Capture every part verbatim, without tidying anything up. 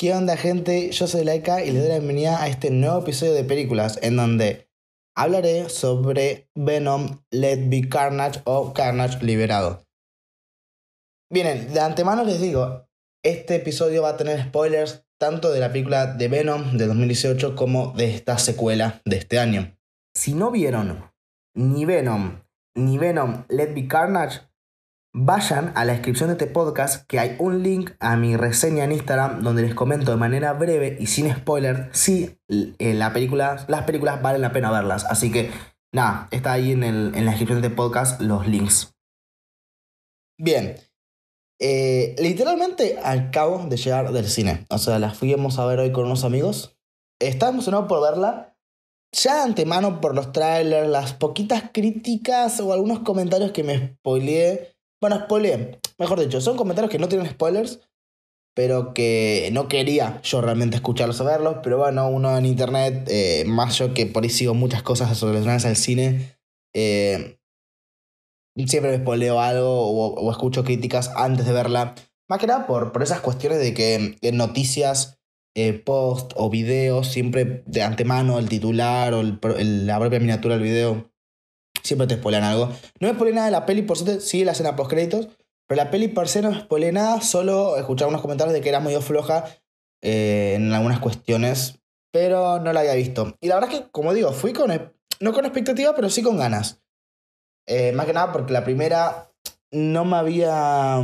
¿Qué onda, gente? Yo soy Laika y les doy la bienvenida a este nuevo episodio de películas en donde hablaré sobre Venom Let Be Carnage o Carnage Liberado. Bien, de antemano les digo, este episodio va a tener spoilers tanto de la película de Venom de dos mil dieciocho como de esta secuela de este año. Si no vieron ni Venom ni Venom Let Be Carnage, vayan a la descripción de este podcast que hay un link a mi reseña en Instagram donde les comento de manera breve y sin spoiler si eh, la película, las películas valen la pena verlas. Así que nada, está ahí en, el, en la descripción de este podcast los links. Bien, eh, literalmente acabo de llegar del cine. O sea, la fuimos a ver hoy con unos amigos. Estaba emocionado por verla. Ya de antemano por los trailers, las poquitas críticas o algunos comentarios que me spoileé. Bueno, spoileé, mejor dicho, son comentarios que no tienen spoilers, pero que no quería yo realmente escucharlos o verlos. Pero bueno, uno en internet, eh, más yo que por ahí sigo muchas cosas relacionadas al cine, eh, siempre me spoileo algo o, o escucho críticas antes de verla. Más que nada por, por esas cuestiones de que en noticias, eh, post o videos, siempre de antemano el titular o el, el, la propia miniatura del video siempre te spoilean algo. No me spoileé nada de la peli, por suerte sigue la escena post créditos, pero la peli per se no me spoileé nada, solo escuché unos comentarios de que era medio floja eh, en algunas cuestiones, pero no la había visto. Y la verdad es que, como digo, fui con, no con expectativa, pero sí con ganas. Eh, más que nada porque la primera no me había...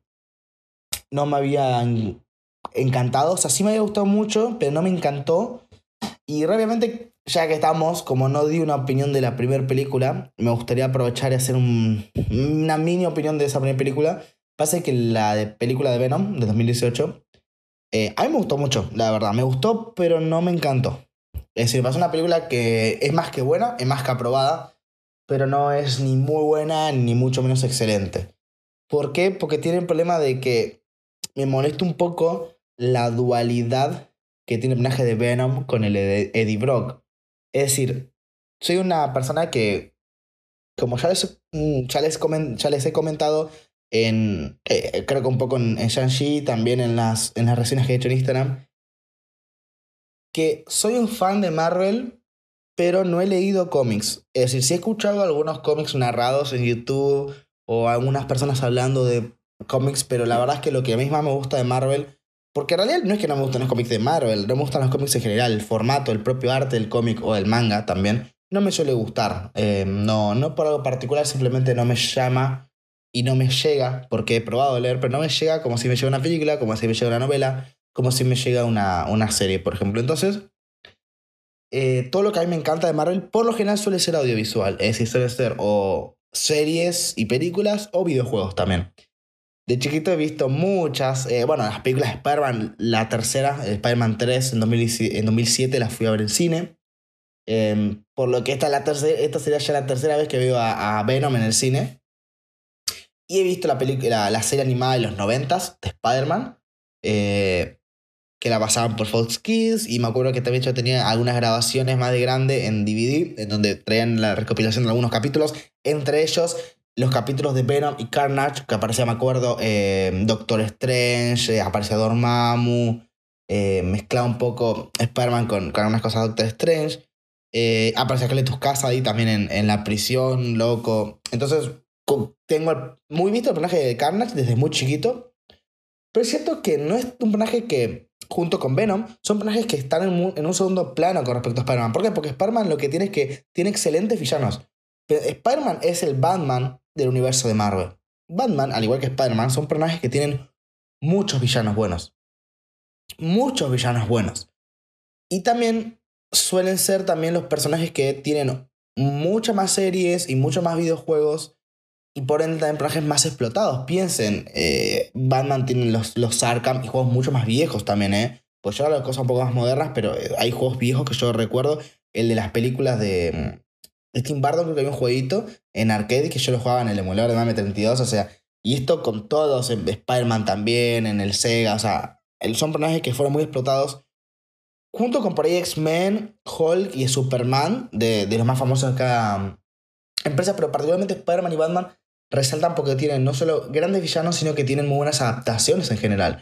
No me había encantado, o sea, sí me había gustado mucho, pero no me encantó. Y rápidamente, ya que estamos, como no di una opinión de la primera película, me gustaría aprovechar y hacer un, una mini opinión de esa primera película. Pasa que la de película de Venom, de dos mil dieciocho, eh, a mí me gustó mucho, la verdad. Me gustó, pero no me encantó. Es decir, pasa una película que es más que buena, es más que aprobada, pero no es ni muy buena, ni mucho menos excelente. ¿Por qué? Porque tiene el problema de que me molesta un poco la dualidad que tiene el personaje de Venom con el de Eddie Brock. Es decir, soy una persona que, como ya les, ya les, coment, ya les he comentado, en, eh, creo que un poco en, en Shang-Chi, también en las, en las reseñas que he hecho en Instagram, que soy un fan de Marvel, pero no he leído cómics. Es decir, sí he escuchado algunos cómics narrados en YouTube o algunas personas hablando de cómics, pero la verdad es que lo que a mí más me gusta de Marvel, porque en realidad no es que no me gustan los cómics de Marvel, no me gustan los cómics en general, el formato, el propio arte del cómic o del manga también, no me suele gustar. Eh, no, no por algo particular, simplemente no me llama y no me llega, porque he probado leer, pero no me llega como si me llega una película, como si me llega una novela, como si me llega una, una serie, por ejemplo. Entonces, eh, todo lo que a mí me encanta de Marvel, por lo general suele ser audiovisual, es decir, suele ser o series y películas o videojuegos también. De chiquito he visto muchas, eh, bueno, las películas de Spider-Man, la tercera, Spider-Man tres en, dos mil, en dos mil siete la fui a ver en cine. Eh, por lo que esta, la tercera, esta sería ya la tercera vez que veo a, a Venom en el cine. Y he visto la, película, la serie animada de los noventas de Spider-Man, eh, que la pasaban por Fox Kids. Y me acuerdo que también yo tenía algunas grabaciones más de grande en D V D, en donde traían la recopilación de algunos capítulos, entre ellos los capítulos de Venom y Carnage, que aparecía, me acuerdo, eh, Doctor Strange, eh, aparecía Dormammu, eh, mezclaba un poco Spider-Man con, con algunas cosas de Doctor Strange. Eh, aparecía Cletus Kasady también en, en la prisión, loco. Entonces, tengo muy visto el personaje de Carnage desde muy chiquito, pero es cierto que no es un personaje que, junto con Venom, son personajes que están en un, en un segundo plano con respecto a Spider-Man. ¿Por qué? Porque Spider-Man lo que tiene es que tiene excelentes villanos. Pero Spider-Man es el Batman del universo de Marvel. Batman, al igual que Spider-Man, son personajes que tienen muchos villanos buenos. Muchos villanos buenos. Y también suelen ser también los personajes que tienen muchas más series y muchos más videojuegos. Y por ende también personajes más explotados. Piensen, eh, Batman tiene los, los Arkham y juegos mucho más viejos también, ¿eh? Pues yo hablo de cosas un poco más modernas, pero hay juegos viejos que yo recuerdo. El de las películas de, de Tim Burton, creo que había un jueguito en arcade que yo lo jugaba en el emulador de Mame treinta y dos, o sea, y esto con todos, en Spider-Man también, en el Sega, o sea, son personajes que fueron muy explotados. Junto con por ahí X-Men, Hulk y Superman, de, de los más famosos de cada empresa, pero particularmente Spider-Man y Batman resaltan porque tienen no solo grandes villanos, sino que tienen muy buenas adaptaciones en general.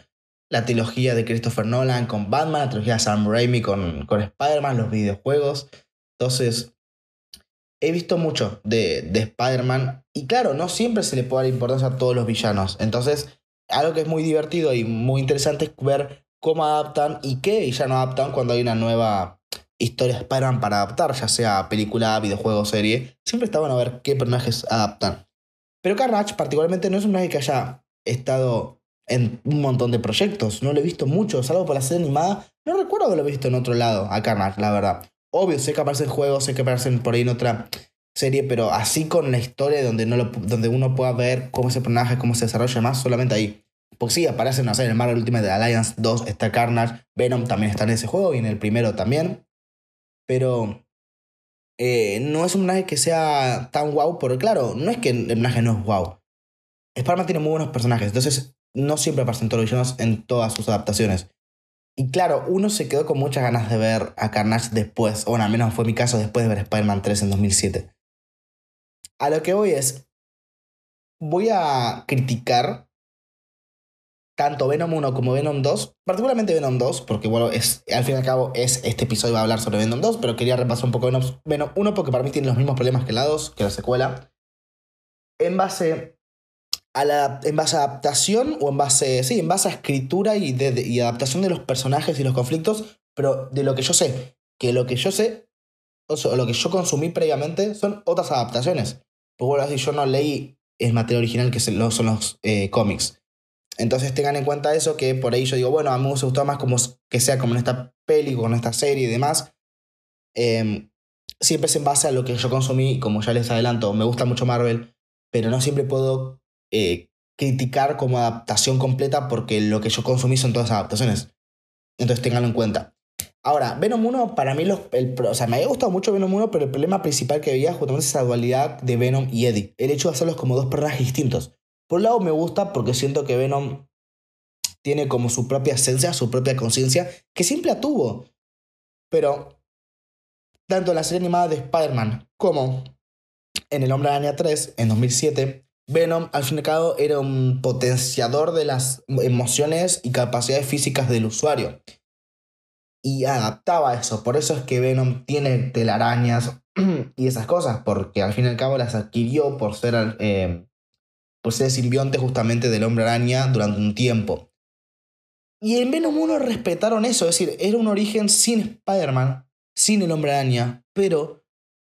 la trilogía de Christopher Nolan con Batman, la trilogía de Sam Raimi con, con Spider-Man, los videojuegos. Entonces, he visto mucho de, de Spider-Man y claro, no siempre se le puede dar importancia a todos los villanos. Entonces, algo que es muy divertido y muy interesante es ver cómo adaptan y qué villano adaptan cuando hay una nueva historia de Spider-Man para adaptar, ya sea película, videojuego, serie. Siempre está bueno ver qué personajes adaptan. Pero Carnage particularmente no es un personaje que haya estado en un montón de proyectos. No lo he visto mucho, salvo por la serie animada. No recuerdo haberlo visto en otro lado, a Carnage, la verdad. Obvio, sé que aparece en juegos, sé que aparece por ahí en otra serie, pero así con la historia donde, no lo, donde uno pueda ver cómo ese personaje, cómo se desarrolla más, solamente ahí. Porque sí, aparece, no sé, en el Marvel Ultimate Alliance dos está Carnage, Venom también está en ese juego y en el primero también. Pero eh, no es un personaje que sea tan guau, porque claro, no es que el personaje no es guau. Spider-Man tiene muy buenos personajes, entonces no siempre aparecen todos los villanos en todas sus adaptaciones. Y claro, uno se quedó con muchas ganas de ver a Carnage después, o bueno, al menos fue mi caso después de ver Spider-Man tres en dos mil siete. A lo que voy es, voy a criticar tanto Venom uno como Venom dos, particularmente Venom dos, porque bueno, es, al fin y al cabo es, este episodio va a hablar sobre Venom dos, pero quería repasar un poco Venom, Venom uno porque para mí tiene los mismos problemas que la dos, que la secuela, en base a la en base a adaptación o en base, sí, en base a escritura y, de, de- y adaptación de los personajes y los conflictos, pero de lo que yo sé, que lo que yo sé, o sea, lo que yo consumí previamente son otras adaptaciones. Pues bueno, así yo no leí el material original que son los, son los eh, cómics. Entonces tengan en cuenta eso, que por ahí yo digo, bueno, a mí me gustó más como que sea como en esta peli, con esta serie y demás. Eh, Siempre es en base a lo que yo consumí, como ya les adelanto, me gusta mucho Marvel, pero no siempre puedo eh, criticar como adaptación completa porque lo que yo consumí son todas adaptaciones. Entonces ténganlo en cuenta. Ahora, Venom uno, para mí, los, el, o sea, me había gustado mucho Venom uno, pero el problema principal que veía justamente es esa dualidad de Venom y Eddie. El hecho de hacerlos como dos personajes distintos. Por un lado me gusta porque siento que Venom tiene como su propia esencia, su propia conciencia, que siempre la tuvo. Pero tanto en la serie animada de Spider-Man como en El Hombre Araña tres, en dos mil siete, Venom al fin y al cabo era un potenciador de las emociones y capacidades físicas del usuario. Y adaptaba eso. Por eso es que Venom tiene telarañas y esas cosas, porque al fin y al cabo las adquirió por ser, eh, por ser simbionte justamente del Hombre Araña durante un tiempo. Y en Venom uno respetaron eso, es decir, era un origen sin Spider-Man, sin el Hombre Araña, pero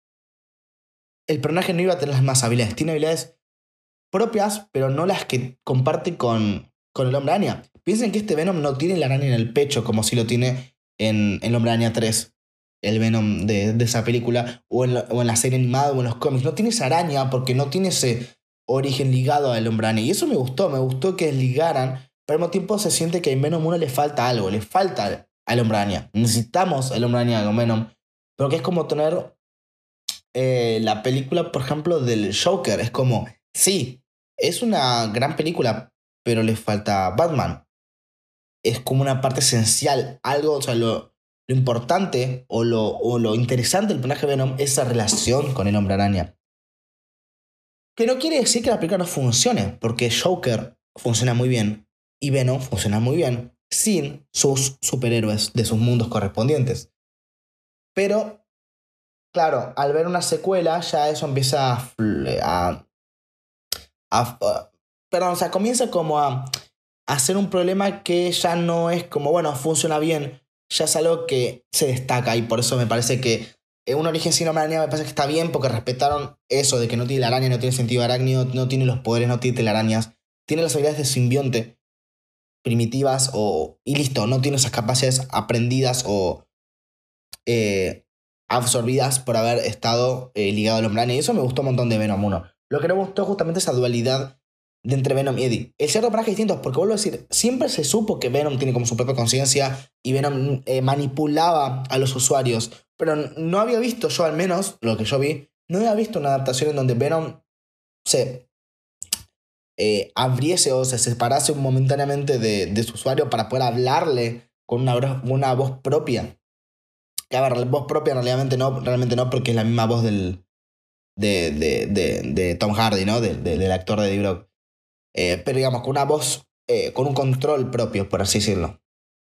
el personaje no iba a tener las más habilidades. Tiene habilidades propias, pero no las que comparte con, con el Hombre Araña. Piensen que este Venom no tiene la araña en el pecho, como si lo tiene en El Hombre Araña tres, el Venom de, de esa película, o en, la, o en la serie animada o en los cómics. No tiene esa araña porque no tiene ese origen ligado al Hombre Araña. Y eso me gustó, me gustó que ligaran, pero al mismo tiempo se siente que en Venom uno le falta algo, le falta al Hombre Araña. Necesitamos el Hombre Araña con Venom, porque es como tener eh, la película, por ejemplo, del Joker. Es como, sí, es una gran película, pero le falta Batman. Es como una parte esencial, algo, o sea, lo, lo importante o lo, o lo interesante del personaje de Venom es esa relación con el Hombre Araña. Que no quiere decir que la película no funcione, porque Joker funciona muy bien y Venom funciona muy bien sin sus superhéroes de sus mundos correspondientes. Pero, claro, al ver una secuela ya eso empieza a, a, a, a perdón, o sea, comienza como a hacer un problema que ya no es como, bueno, funciona bien, ya es algo que se destaca y por eso me parece que eh, un origen sin Hombre Araña me parece que está bien porque respetaron eso de que no tiene la araña, no tiene sentido arácnido, no tiene los poderes, no tiene telarañas, tiene las habilidades de simbionte primitivas o, y listo, no tiene esas capacidades aprendidas o eh, absorbidas por haber estado eh, ligado al Hombre Araña y eso me gustó un montón de Venom uno. Lo que no me gustó justamente esa dualidad de entre Venom y Eddie. El cierto personajes distintos, porque vuelvo a decir, siempre se supo que Venom tiene como su propia conciencia y Venom eh, manipulaba a los usuarios, pero no había visto, yo al menos, lo que yo vi, no había visto una adaptación en donde Venom se eh, abriese o se separase momentáneamente de, de su usuario para poder hablarle con una, una voz propia. Que a ver, voz propia realmente no, realmente no, porque es la misma voz del, de, de, de, de Tom Hardy, ¿no? De, de, del actor de Eddie Brock. Eh, pero digamos, con una voz eh, con un control propio, por así decirlo.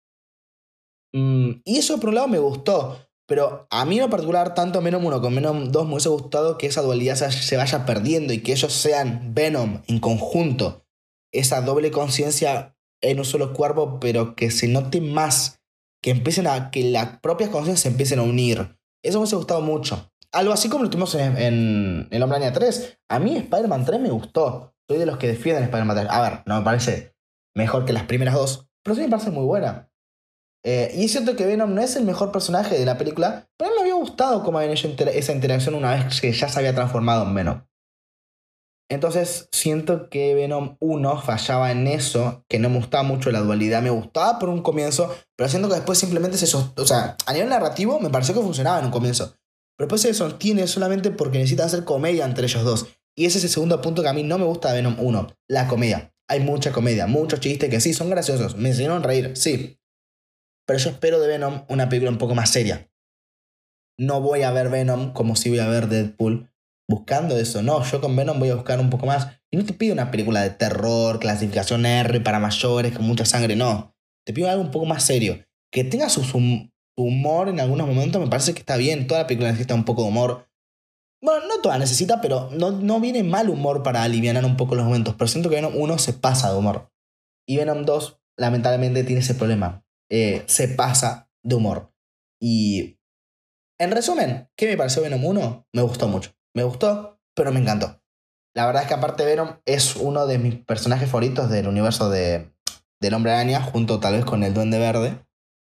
Mm, y eso por un lado me gustó, pero a mí en lo particular, tanto Venom uno como Venom dos me hubiese gustado que esa dualidad se, se vaya perdiendo y que ellos sean Venom en conjunto, esa doble conciencia en un solo cuerpo, pero que se note más, que empiecen a, que las propias conciencias se empiecen a unir. Eso me hubiese gustado mucho. Algo así como lo tuvimos en, en El Hombre Araña tres. A mí Spider-Man tres me gustó. Soy de los que defienden Spider-Man tres. A ver, no me parece mejor que las primeras dos, pero sí me parece muy buena. Eh, y es cierto que Venom no es el mejor personaje de la película, pero a mí me había gustado cómo habían hecho inter- esa interacción una vez que ya se había transformado en Venom. Entonces siento que Venom uno fallaba en eso, que no me gustaba mucho la dualidad, me gustaba por un comienzo, pero siento que después simplemente se sostiene, o sea, a nivel narrativo me pareció que funcionaba en un comienzo, pero después se sostiene solamente porque necesitan hacer comedia entre ellos dos. Y ese es el segundo punto que a mí no me gusta de Venom uno, la comedia. Hay mucha comedia, muchos chistes que sí, son graciosos, me hicieron reír, sí, pero yo espero de Venom una película un poco más seria. No voy a ver Venom como si voy a ver Deadpool buscando eso. No, yo con Venom voy a buscar un poco más. Y no te pido una película de terror, clasificación R para mayores, con mucha sangre, no. Te pido algo un poco más serio. Que tenga su, su humor en algunos momentos, me parece que está bien. Toda la película necesita un poco de humor. Bueno, no toda necesita, pero no, no viene mal humor para aliviar un poco los momentos. Pero siento que Venom uno se pasa de humor. Y Venom dos, lamentablemente, tiene ese problema. Eh, se pasa de humor. Y en resumen, ¿qué me pareció Venom uno? Me gustó mucho. Me gustó, pero me encantó. La verdad es que aparte Venom es uno de mis personajes favoritos del universo de, del Hombre Araña, junto tal vez con el Duende Verde.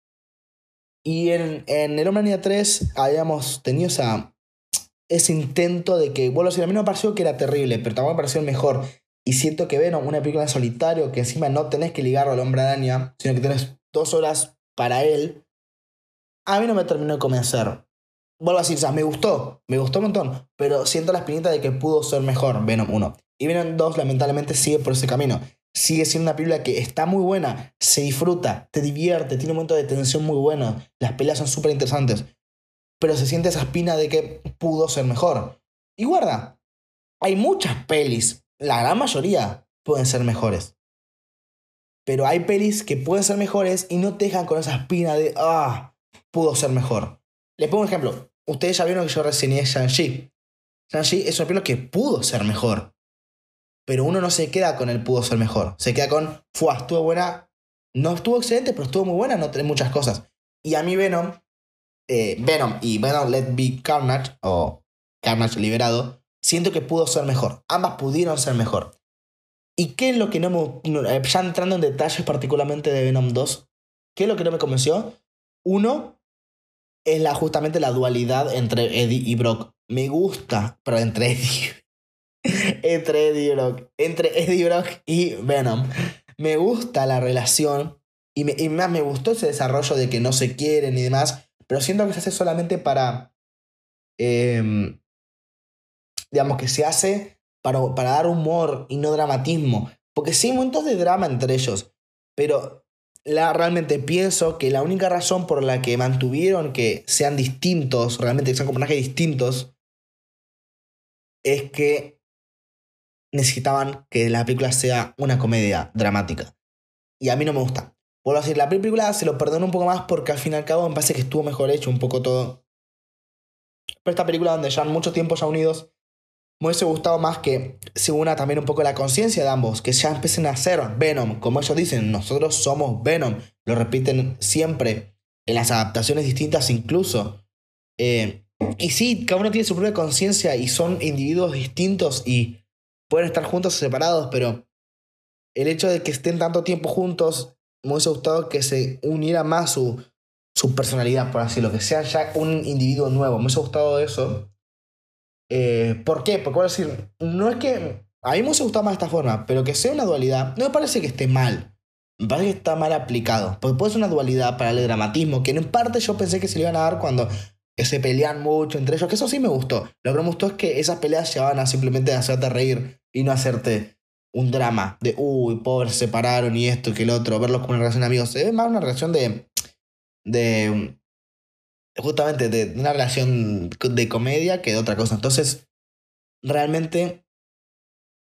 Y en, en el Hombre Araña tres habíamos tenido esa, ese intento de que, bueno, si a mí no me pareció que era terrible, pero también me pareció el mejor. Y siento que Venom, una película en solitario, que encima no tenés que ligarlo al Hombre Araña, sino que tenés dos horas para él, a mí no me terminó de convencer. Vuelvo a decir, o sea, me gustó, me gustó un montón, pero siento la espinita de que pudo ser mejor Venom uno. Y Venom dos lamentablemente sigue por ese camino. Sigue siendo una película que está muy buena, se disfruta, te divierte, tiene un momento de tensión muy bueno, las peleas son súper interesantes, pero se siente esa espina de que pudo ser mejor. Y guarda, hay muchas pelis, la gran mayoría pueden ser mejores. Pero hay pelis que pueden ser mejores y no te dejan con esa espina de, ah, pudo ser mejor. Les pongo un ejemplo. Ustedes ya vieron que yo reseñé Shang-Chi. Shang-Chi es una película que pudo ser mejor. Pero uno no se queda con el pudo ser mejor. Se queda con, fue, estuvo buena. No estuvo excelente, pero estuvo muy buena, no tiene muchas cosas. Y a mí Venom, eh, Venom y Venom Let Be Carnage, o Carnage Liberado, siento que pudo ser mejor. Ambas pudieron ser mejor. ¿Y qué es lo que no me... no, eh, ya entrando en detalles particularmente de Venom dos, qué es lo que no me convenció? Uno, es la, justamente la dualidad entre Eddie y Brock. Me gusta, pero entre Eddie... entre Eddie y Brock. Entre Eddie Brock y Venom. Me gusta la relación. Y, me, y más me gustó ese desarrollo de que no se quieren y demás. Pero siento que se hace solamente para... Eh, digamos que se hace para, para dar humor y no dramatismo. Porque sí hay momentos de drama entre ellos. Pero la, realmente pienso que la única razón por la que mantuvieron que sean distintos, realmente que sean personajes distintos, es que necesitaban que la película sea una comedia dramática. Y a mí no me gusta. Vuelvo a decir, la película se lo perdono un poco más porque al fin y al cabo me parece que estuvo mejor hecho un poco todo. Pero esta película donde llevan mucho tiempo ya unidos, me hubiese gustado más que se una también un poco la conciencia de ambos, que ya empiecen a ser Venom, como ellos dicen, nosotros somos Venom, lo repiten siempre, en las adaptaciones distintas incluso. Eh, y sí, cada uno tiene su propia conciencia y son individuos distintos y pueden estar juntos o separados, pero el hecho de que estén tanto tiempo juntos, me hubiese gustado que se uniera más su, su personalidad, por así decirlo, que sea ya un individuo nuevo, me hubiese gustado eso. Eh, ¿Por qué? Porque voy a decir, no es que a mí me hubiese gustado más de esta forma, pero que sea una dualidad, no me parece que esté mal. Me parece que está mal aplicado. Porque puede ser una dualidad para el dramatismo, que en parte yo pensé que se le iban a dar cuando se pelean mucho entre ellos, que eso sí me gustó. Lo que me gustó es que esas peleas llevaban a simplemente hacerte reír y no hacerte un drama de, uy, pobres, se separaron y esto y que el otro, verlos como una relación de amigos. Se ve más una relación de, de justamente de una relación de comedia que de otra cosa. Entonces, realmente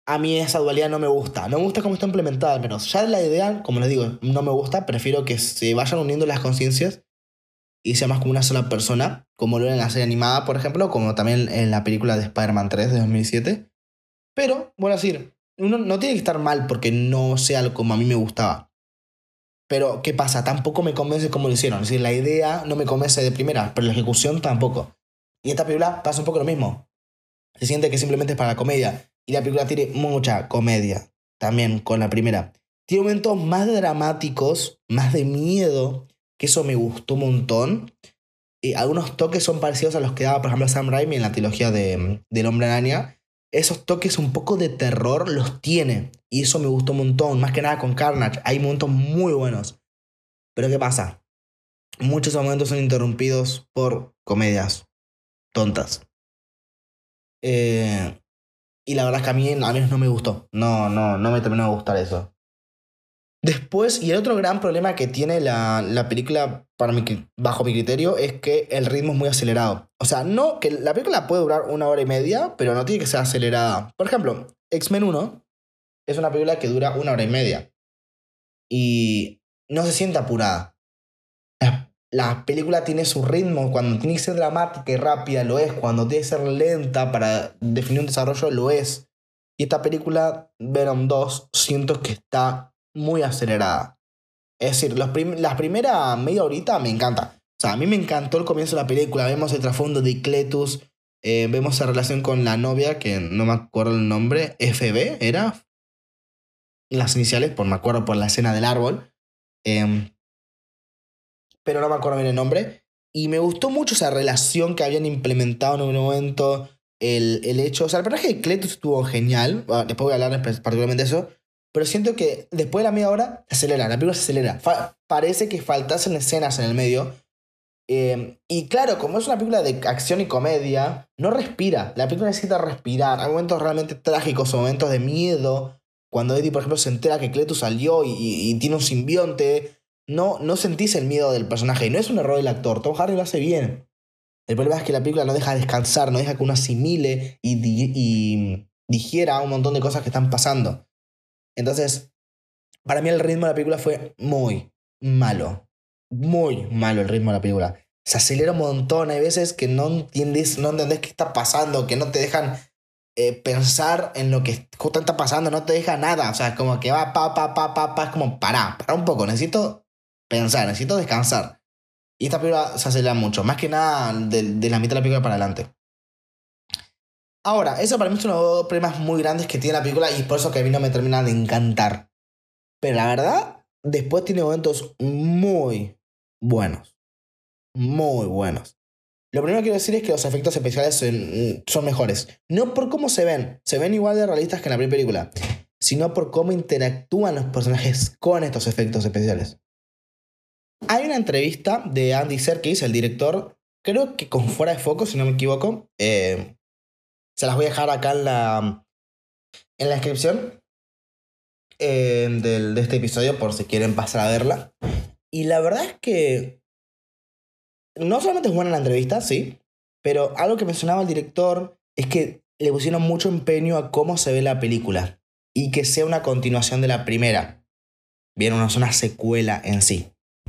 a mí esa dualidad no me gusta. No me gusta cómo está implementada, al menos. Ya la idea, como les digo, no me gusta. Prefiero que se vayan uniendo las conciencias y sea más como una sola persona, como lo era en la serie animada, por ejemplo, como también en la película de Spider-Man tres de dos mil siete. Pero, bueno, a decir, uno no tiene que estar mal porque no sea como a mí me gustaba. Pero, ¿qué pasa? Tampoco me convence cómo lo hicieron. Es decir, la idea no me convence de primera, pero la ejecución tampoco. Y esta película pasa un poco lo mismo. Se siente que simplemente es para la comedia. Y la película tiene mucha comedia. También con la primera. Tiene momentos más dramáticos, más de miedo, que eso me gustó un montón. Y algunos toques son parecidos a los que daba, por ejemplo, Sam Raimi en la trilogía de, del Hombre Araña. Esos toques un poco de terror los tiene. Y eso me gustó un montón. Más que nada con Carnage. Hay momentos muy buenos. Pero ¿qué pasa? Muchos momentos son interrumpidos por comedias tontas. Eh, y la verdad es que a mí al menos no me gustó. No, no, no me terminó de gustar eso. Después, y el otro gran problema que tiene la, la película, para mi, bajo mi criterio, es que el ritmo es muy acelerado. O sea, no, que la película puede durar una hora y media, pero no tiene que ser acelerada. Por ejemplo, X-Men uno es una película que dura una hora y media. Y no se siente apurada. La, la película tiene su ritmo. Cuando tiene que ser dramática y rápida, lo es. Cuando tiene que ser lenta para definir un desarrollo, lo es. Y esta película, Venom dos, siento que está muy acelerada. Es decir, los prim las primeras media horita me encanta. O sea, a mí me encantó el comienzo de la película. Vemos el trasfondo de Cletus. Eh, vemos la relación con la novia, que no me acuerdo el nombre. F B, ¿era? Las iniciales, por, me acuerdo por la escena del árbol. Eh, pero no me acuerdo bien el nombre. Y me gustó mucho esa relación que habían implementado en un momento. El, el hecho... O sea, el personaje de Cletus estuvo genial. Bueno, después voy a hablar particularmente de eso. Pero siento que después de la media hora se acelera, la película se acelera. Fa parece que faltasen escenas en el medio. Eh, y claro, como es una película de acción y comedia, no respira. La película necesita respirar. Hay momentos realmente trágicos o momentos de miedo. Cuando Eddie, por ejemplo, se entera que Cletus salió y, y, y tiene un simbionte. No, no sentís el miedo del personaje. Y no es un error del actor. Tom Hardy lo hace bien. El problema es que la película no deja descansar, no deja que uno asimile y, di y digiera un montón de cosas que están pasando. Entonces, para mí el ritmo de la película fue muy malo. Muy malo el ritmo de la película. Se acelera un montón. Hay veces que no entiendes, no entendés qué está pasando, que no te dejan eh, pensar en lo que justo está pasando, no te deja nada. O sea, es como que va pa, pa, pa, pa, pa. Es como pará, pará un poco. Necesito pensar, necesito descansar. Y esta película se acelera mucho. Más que nada de, de la mitad de la película para adelante. Ahora, eso para mí es uno de los problemas muy grandes que tiene la película y es por eso que a mí no me termina de encantar. Pero la verdad, después tiene momentos muy buenos. Muy buenos. Lo primero que quiero decir es que los efectos especiales son, son mejores. No por cómo se ven. Se ven igual de realistas que en la primera película. Sino por cómo interactúan los personajes con estos efectos especiales. Hay una entrevista de Andy Serkis, el director. Creo que con Fuera de Foco, si no me equivoco. Eh, se las voy a dejar acá en la, en la descripción. Eh, del, de este episodio por si quieren pasar a verla. Y la verdad es que no solamente es buena la entrevista, sí, pero algo que mencionaba el director es que le pusieron mucho empeño a cómo se ve la película y que sea una continuación de la primera. Bien, una, una secuela en sí.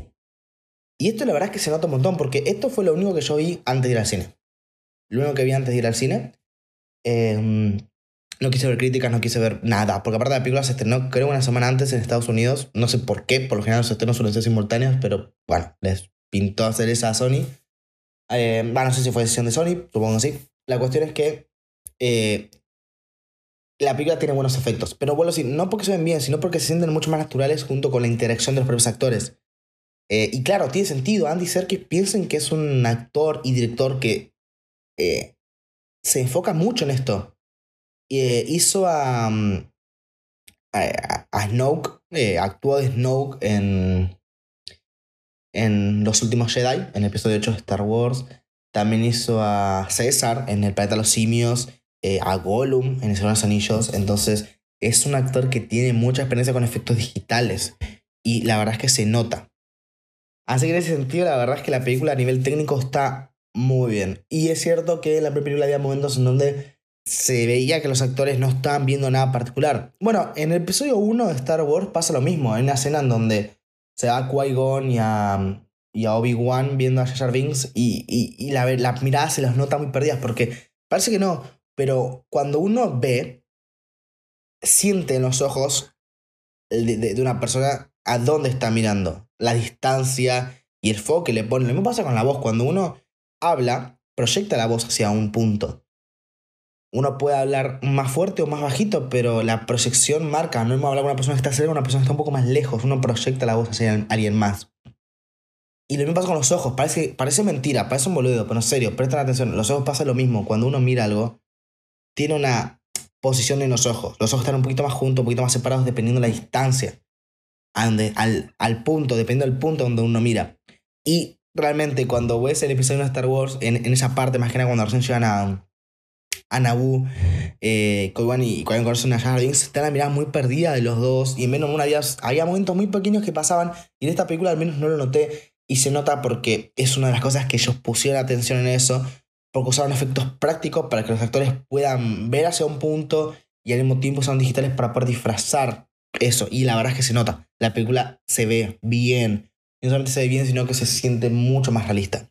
Y esto la verdad es que se nota un montón porque esto fue lo único que yo vi antes de ir al cine. Lo único que vi antes de ir al cine. Eh, No quise ver críticas, no quise ver nada. Porque aparte la película se estrenó creo una semana antes en Estados Unidos. No sé por qué, por lo general los estrenos suelen ser simultáneos, pero bueno, les pintó hacer esa a Sony. Eh, bueno, no sé si fue decisión de Sony, supongo que sí. La cuestión es que eh, la película tiene buenos efectos. Pero bueno, sí, no porque se ven bien, sino porque se sienten mucho más naturales junto con la interacción de los propios actores. Eh, y claro, tiene sentido. Andy Serkis piensen que es un actor y director que eh, se enfoca mucho en esto. Eh, hizo a, a, a Snoke, eh, actuó de Snoke en, en Los Últimos Jedi, en el episodio ocho de Star Wars. También hizo a César en El Planeta de los Simios, eh, a Gollum en El Señor de los Anillos. Entonces es un actor que tiene mucha experiencia con efectos digitales y la verdad es que se nota. Así que en ese sentido la verdad es que la película a nivel técnico está muy bien. Y es cierto que en la película había momentos en donde se veía que los actores no estaban viendo nada particular. Bueno, en el episodio uno de Star Wars pasa lo mismo. Hay una escena en donde se va a Qui-Gon y a, y a Obi-Wan viendo a Jar Jar Binks y, y, y la, la mirada se los nota muy perdidas porque parece que no, pero cuando uno ve, siente en los ojos de, de, de una persona a dónde está mirando, la distancia y el foco que le pone. Lo mismo pasa con la voz. Cuando uno habla, proyecta la voz hacia un punto. Uno puede hablar más fuerte o más bajito, pero la proyección marca. No es hablar con una persona que está cerca, una persona que está un poco más lejos. Uno proyecta la voz hacia alguien más. Y lo mismo pasa con los ojos. Parece, parece mentira, parece un boludo, pero en serio, presten atención. Los ojos pasa lo mismo. Cuando uno mira algo, tiene una posición en los ojos. Los ojos están un poquito más juntos, un poquito más separados dependiendo de la distancia. Al, al, al punto, dependiendo del punto donde uno mira. Y realmente cuando ves el episodio de Star Wars, en, en esa parte, más que nada cuando recién llegan a, a Naboo, eh, Qui-Gon y Qui-Gon conocen a Jar Jar Binks, está la mirada muy perdida de los dos. Y en menos una había, había momentos muy pequeños que pasaban. Y en esta película al menos no lo noté. Y se nota porque es una de las cosas que ellos pusieron atención en eso. Porque usaron efectos prácticos para que los actores puedan ver hacia un punto. Y al mismo tiempo usaron digitales para poder disfrazar eso. Y la verdad es que se nota. La película se ve bien. No solamente se ve bien, sino que se siente mucho más realista.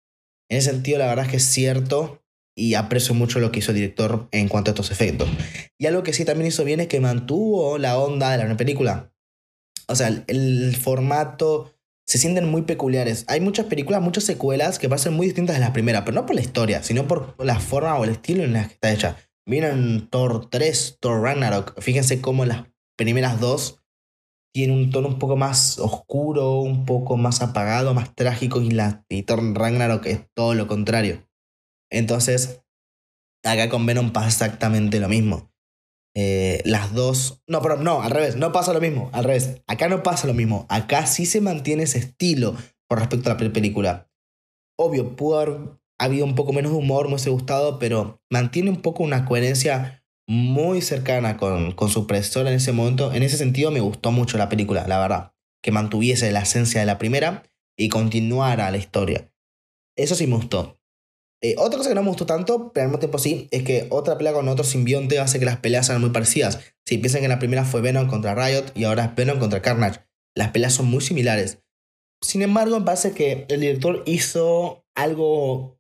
En ese sentido, la verdad es que es cierto. Y aprecio mucho lo que hizo el director en cuanto a estos efectos. Y algo que sí también hizo bien es que mantuvo la onda de la película. O sea, el, el formato se sienten muy peculiares. Hay muchas películas, muchas secuelas que parecen muy distintas de las primeras, pero no por la historia, sino por la forma o el estilo en la que está hecha. Miren Thor tres, Thor Ragnarok. Fíjense cómo las primeras dos tienen un tono un poco más oscuro, un poco más apagado, más trágico, y, la, y Thor Ragnarok es todo lo contrario. Entonces, acá con Venom pasa exactamente lo mismo. Eh, las dos... No, pero no, al revés, no pasa lo mismo, al revés. Acá no pasa lo mismo, acá sí se mantiene ese estilo con respecto a la película. Obvio, pudo haber habido un poco menos de humor, me hubiese gustado, pero mantiene un poco una coherencia muy cercana con, con su predecesora en ese momento. En ese sentido me gustó mucho la película, la verdad. Que mantuviese la esencia de la primera y continuara la historia. Eso sí me gustó. Eh, otra cosa que no me gustó tanto, pero al mismo tiempo sí, es que otra pelea con otro simbionte hace que las peleas sean muy parecidas. Si piensan que en la primera fue Venom contra Riot y ahora es Venom contra Carnage. Las peleas son muy similares. Sin embargo, me parece que el director hizo algo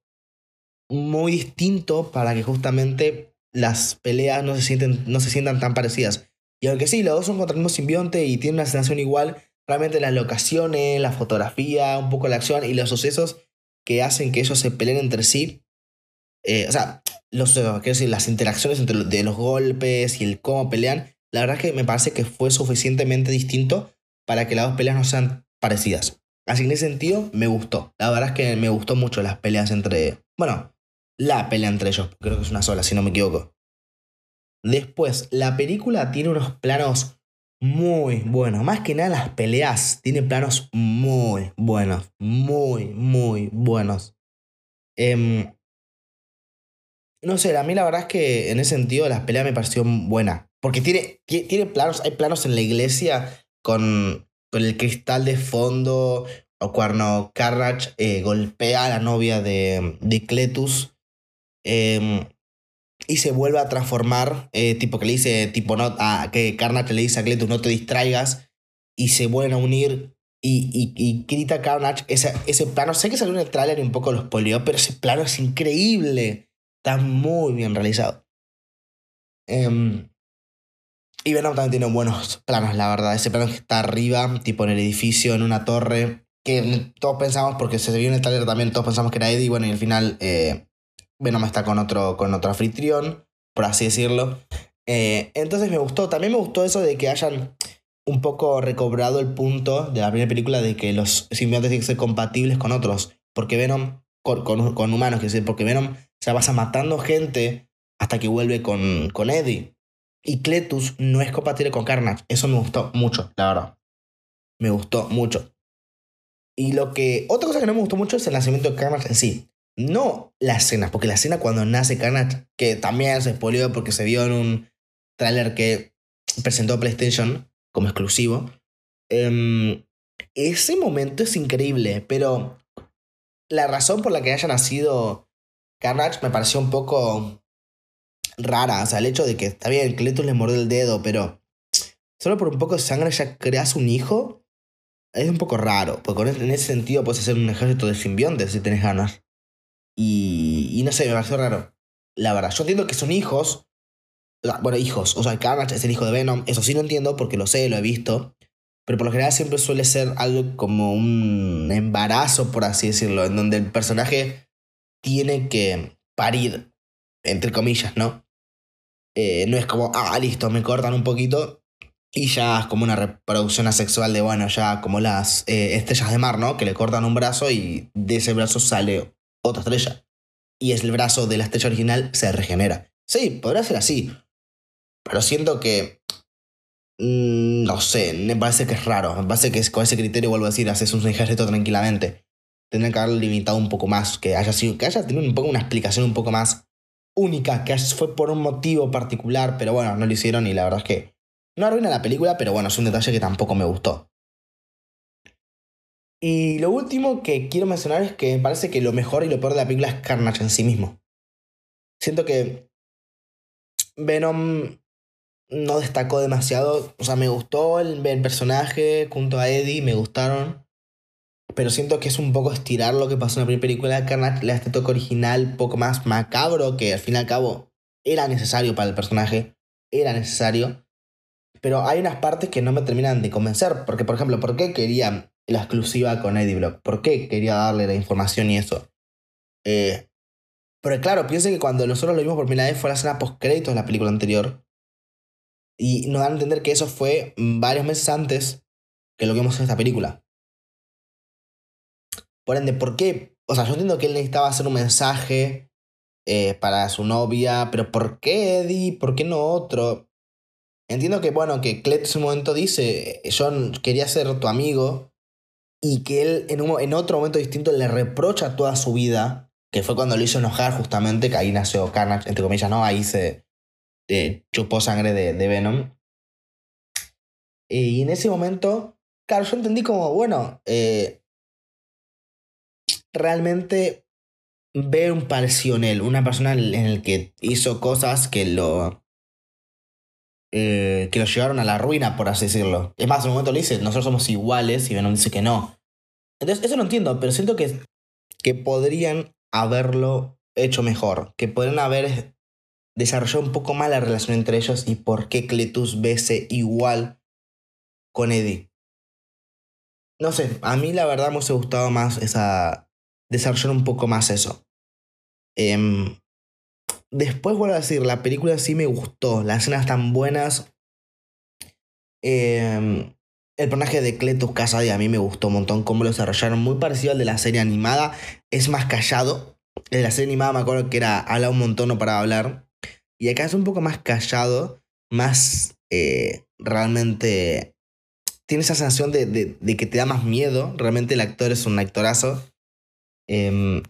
muy distinto para que justamente las peleas no se, sienten, no se sientan tan parecidas. Y aunque sí, los dos son contra el mismo simbionte y tienen una sensación igual, realmente las locaciones, la fotografía, un poco la acción y los sucesos que hacen que ellos se peleen entre sí, eh, o sea, los, quiero decir, las interacciones entre los, de los golpes y el cómo pelean, la verdad es que me parece que fue suficientemente distinto para que las dos peleas no sean parecidas. Así que en ese sentido me gustó. La verdad es que me gustó mucho las peleas entre... Bueno, la pelea entre ellos, creo que es una sola, si no me equivoco. Después, la película tiene unos planos muy buenos. Más que nada las peleas tienen planos muy buenos. Muy, muy buenos. Eh, no sé, a mí la verdad es que en ese sentido las peleas me pareció buena. Porque tiene, tiene, tiene planos, hay planos en la iglesia con, con el cristal de fondo, o cuando Carnage eh, golpea a la novia de, de Cletus. Eh, y se vuelve a transformar, eh, tipo que le dice, tipo no, a, que Carnage le dice a Cletus no te distraigas, y se vuelven a unir y, y, y grita Carnage, ese, ese plano, sé que salió en el tráiler y un poco lo spoileó, pero ese plano es increíble, está muy bien realizado. Um, y Venom también tiene buenos planos, la verdad, ese plano que está arriba, tipo en el edificio, en una torre, que todos pensamos, porque se vio en el tráiler también, todos pensamos que era Eddie, bueno, y al final... Eh, Venom está con otro, con otro anfitrión, por así decirlo. Eh, entonces me gustó. También me gustó eso de que hayan un poco recobrado el punto de la primera película de que los simbiontes tienen que ser compatibles con otros. Porque Venom, con, con, con humanos, que decir, porque Venom se pasa matando gente hasta que vuelve con, con Eddie. Y Cletus no es compatible con Carnage. Eso me gustó mucho, la verdad. Me gustó mucho. Y lo que... Otra cosa que no me gustó mucho es el nacimiento de Carnage en sí. No la escena, porque la escena cuando nace Carnage, que también se spoileó porque se vio en un tráiler que presentó PlayStation como exclusivo. Um, ese momento es increíble, pero la razón por la que haya nacido Carnage me pareció un poco rara. O sea, el hecho de que está bien, Cletus le mordió el dedo, pero solo por un poco de sangre ya creas un hijo. Es un poco raro, porque en ese sentido puedes hacer un ejército de simbiontes si tenés ganas. Y, y no sé, me pareció raro. La verdad, yo entiendo que son hijos. O sea, bueno, hijos. O sea, Carnage es el hijo de Venom. Eso sí lo entiendo porque lo sé, lo he visto. Pero por lo general siempre suele ser algo como un embarazo, por así decirlo, en donde el personaje tiene que parir, entre comillas, ¿no? Eh, no es como, ah, listo, me cortan un poquito y ya es como una reproducción asexual de, bueno, ya como las eh, estrellas de mar, ¿no? Que le cortan un brazo y de ese brazo sale otra estrella. Y es el brazo de la estrella original se regenera. Sí, podrá ser así, pero siento que mm, no sé, me parece que es raro. Me parece que es, con ese criterio, vuelvo a decir, haces un ejército tranquilamente. Tendrían que haberlo limitado un poco más, que haya sido, que haya tenido un poco una explicación un poco más única, que fue por un motivo particular, pero bueno, no lo hicieron y la verdad es que no arruina la película, pero bueno, es un detalle que tampoco me gustó. Y lo último que quiero mencionar es que me parece que lo mejor y lo peor de la película es Carnage en sí mismo. Siento que Venom no destacó demasiado. O sea, me gustó el, el personaje junto a Eddie, me gustaron. Pero siento que es un poco estirar lo que pasó en la primera película. Carnage le da este toque original, un poco más macabro, que al fin y al cabo era necesario para el personaje. Era necesario. Pero hay unas partes que no me terminan de convencer. Porque, por ejemplo, ¿por qué quería la exclusiva con Eddie Brock? ¿Por qué quería darle la información y eso? Eh, pero claro, piensen que cuando nosotros lo vimos por primera vez fue la escena post-créditos de la película anterior. Y nos dan a entender que eso fue varios meses antes que lo que vimos en esta película. Por ende, ¿por qué? O sea, yo entiendo que él necesitaba hacer un mensaje eh, para su novia, pero ¿por qué Eddie? ¿Por qué no otro? Entiendo que, bueno, que Clet en su momento dice, yo quería ser tu amigo, y que él en, un, en otro momento distinto le reprocha toda su vida, que fue cuando lo hizo enojar justamente, que ahí nació Carnage, entre comillas, ¿no? Ahí se eh, chupó sangre de, de Venom. Y en ese momento, claro, yo entendí como, bueno, eh, realmente ver un parecido en él, una persona en el que hizo cosas que lo, eh, que lo llevaron a la ruina, por así decirlo. Es más, en un momento le dice, nosotros somos iguales, y Venom dice que no. Entonces, eso lo entiendo, pero siento que, que podrían haberlo hecho mejor, que podrían haber desarrollado un poco más la relación entre ellos y por qué Cletus bese igual con Eddie. No sé, a mí la verdad me hubiese gustado más esa, desarrollar un poco más eso. Eh, después vuelvo a decir, la película sí me gustó, las escenas están buenas. Eh, el personaje de Cletus Kasady a mí me gustó un montón cómo lo desarrollaron, muy parecido al de la serie animada, es más callado. El de la serie animada me acuerdo que era habla un montón, no para hablar. Y acá es un poco más callado, más eh, realmente tiene esa sensación de, de, de que te da más miedo. Realmente el actor es un actorazo. Eh,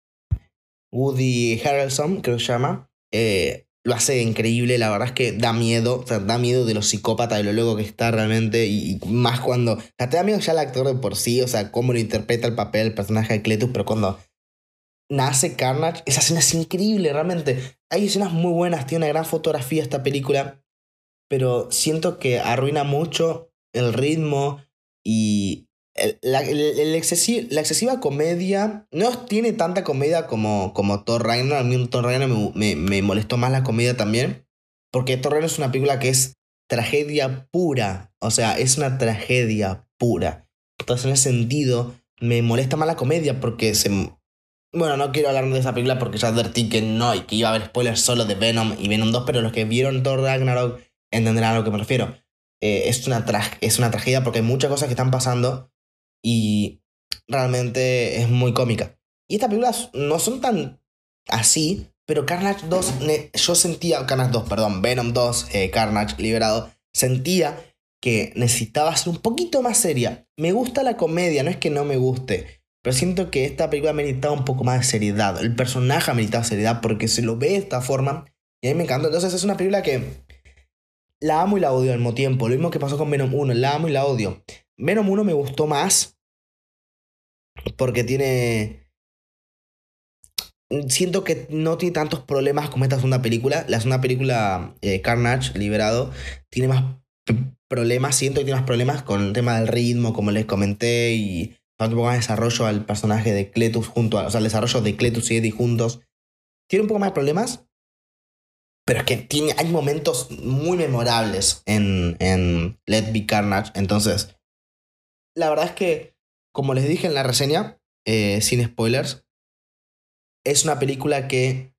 Woody Harrelson, creo que se llama. Eh, lo hace increíble, la verdad es que da miedo. O sea, da miedo de lo psicópata, de lo loco que está realmente. Y, y más cuando. O sea, te da miedo ya el actor de por sí, o sea, cómo lo interpreta el papel, el personaje de Cletus, pero cuando nace Carnage, esa escena es increíble, realmente. Hay escenas muy buenas, tiene una gran fotografía esta película, pero siento que arruina mucho el ritmo y el- la, el- el excesi- la excesiva comedia. No tiene tanta comedia como, como Thor Ragnarok. A mí en Thor Ragnarok me, me, me molestó más la comedia también, porque Thor Ragnarok es una película que es tragedia pura, o sea, es una tragedia pura. Entonces en ese sentido me molesta más la comedia porque se... Bueno, no quiero hablar de esa película porque ya advertí que no y que iba a haber spoilers solo de Venom y Venom dos, pero los que vieron Thor Ragnarok entenderán a lo que me refiero. Eh, es, una tra- es una tragedia porque hay muchas cosas que están pasando y realmente es muy cómica. Y estas películas no son tan así, pero Carnage dos, ne- yo sentía, Carnage dos, perdón, Venom dos, eh, Carnage liberado, sentía que necesitaba ser un poquito más seria. Me gusta la comedia, no es que no me guste, pero siento que esta película meritaba un poco más de seriedad. El personaje meritaba seriedad porque se lo ve de esta forma y a mí me encantó. Entonces es una película que la amo y la odio al mismo tiempo. Lo mismo que pasó con Venom uno, la amo y la odio. Venom uno me gustó más porque tiene... siento que no tiene tantos problemas como esta segunda película. La segunda película, eh, Carnage, Liberado, tiene más p- problemas, siento que tiene más problemas con el tema del ritmo, como les comenté, y falta un poco más de desarrollo al personaje de Cletus junto a, o sea, el desarrollo de Cletus y Eddie juntos. Tiene un poco más de problemas, pero es que tiene, hay momentos muy memorables en, en Let Be Carnage. Entonces, la verdad es que, como les dije en la reseña, eh, sin spoilers, es una película que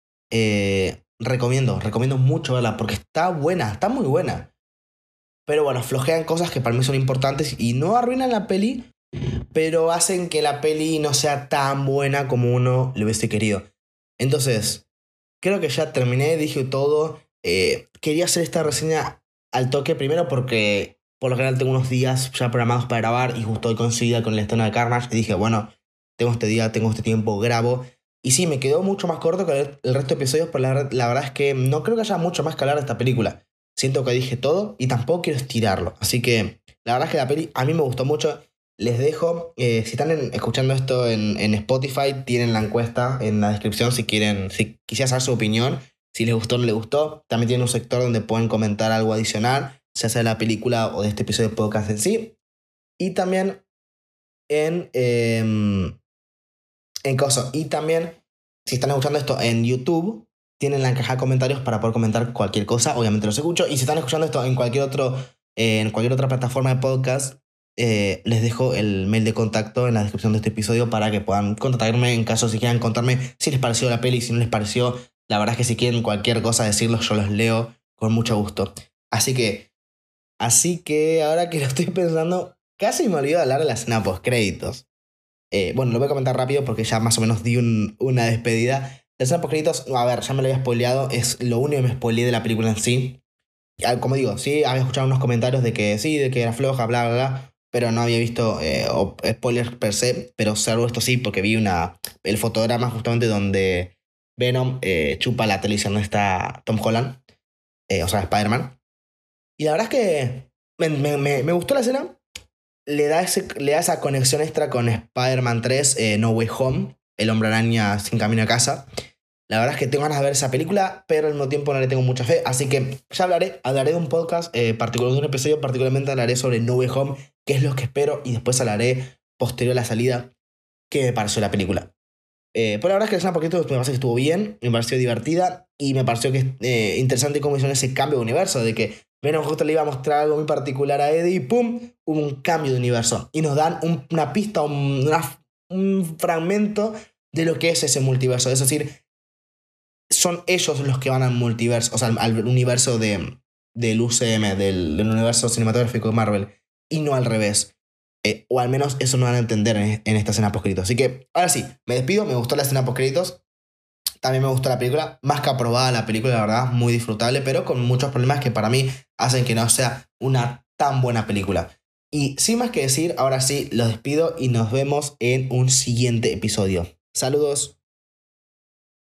eh, recomiendo, recomiendo mucho verla porque está buena, está muy buena. Pero bueno, flojean cosas que para mí son importantes y no arruinan la peli, pero hacen que la peli no sea tan buena como uno le hubiese querido. Entonces, creo que ya terminé, dije todo. Eh, quería hacer esta reseña al toque primero porque por lo general tengo unos días ya programados para grabar y justo hoy coincidía con el estreno de Carnage y dije, bueno, tengo este día, tengo este tiempo, grabo. Y sí, me quedó mucho más corto que el el resto de episodios, pero la, verdad- la verdad es que no creo que haya mucho más que hablar de esta película. Siento que dije todo y tampoco quiero estirarlo. Así que la verdad es que la peli a mí me gustó mucho. Les dejo, eh, si están en- escuchando esto en, en Spotify, tienen la encuesta en la descripción si quieren, si quisieran saber su opinión, si les gustó o no les gustó. También tienen un sector donde pueden comentar algo adicional, ya sea de la película o de este episodio de podcast en sí. Y también en, em, en coso. Y también, si están escuchando esto en YouTube, tienen la caja de comentarios para poder comentar cualquier cosa. Obviamente los escucho. Y si están escuchando esto en cualquier otro, eh, en cualquier otra plataforma de podcast, eh, les dejo el mail de contacto en la descripción de este episodio para que puedan contactarme en caso si quieran contarme si les pareció la peli, si no les pareció. La verdad es que si quieren cualquier cosa decirlo, yo los leo con mucho gusto. Así que, así que ahora que lo estoy pensando, casi me olvidé de hablar de la escena post créditos. Eh, bueno, lo voy a comentar rápido porque ya más o menos di un- una despedida. La escena post créditos, a ver, ya me lo había spoileado, es lo único que me spoileé de la película en sí. Ah, como digo, sí, había escuchado unos comentarios de que sí, de que era floja, bla, bla, bla, pero no había visto eh, o- spoilers per se, pero salvo esto sí, porque vi una, el fotograma justamente donde Venom eh, chupa la televisión donde está Tom Holland, eh, o sea, Spider-Man. Y la verdad es que me, me- me- me gustó la escena, le da, ese, le da esa conexión extra con Spider-Man tres, eh, No Way Home, el hombre araña sin camino a casa. La verdad es que tengo ganas de ver esa película, pero al mismo tiempo no le tengo mucha fe. Así que ya hablaré, hablaré de un podcast, eh, particular, de un episodio, particularmente hablaré sobre No Way Home, qué es lo que espero, y después hablaré, posterior a la salida, qué me pareció la película. Eh, por la verdad es que la escena poquito me parece que estuvo bien, me pareció divertida y me pareció que es eh, interesante cómo hicieron ese cambio de universo, de que Venom justo le iba a mostrar algo muy particular a Eddie y ¡pum! Hubo un cambio de universo. Y nos dan un- una pista, un, una- un fragmento de lo que es ese multiverso. Es decir, son ellos los que van al multiverso, o sea, al, al universo de, del U C M, del, del universo cinematográfico de Marvel, y no al revés. Eh, o al menos eso no van a entender en, en esta escena post-créditos. Así que, ahora sí, me despido, me gustó la escena post-créditos, también me gustó la película, más que aprobada la película, la verdad, muy disfrutable, pero con muchos problemas que para mí hacen que no sea una tan buena película. Y sin más que decir, ahora sí, los despido y nos vemos en un siguiente episodio. Saludos.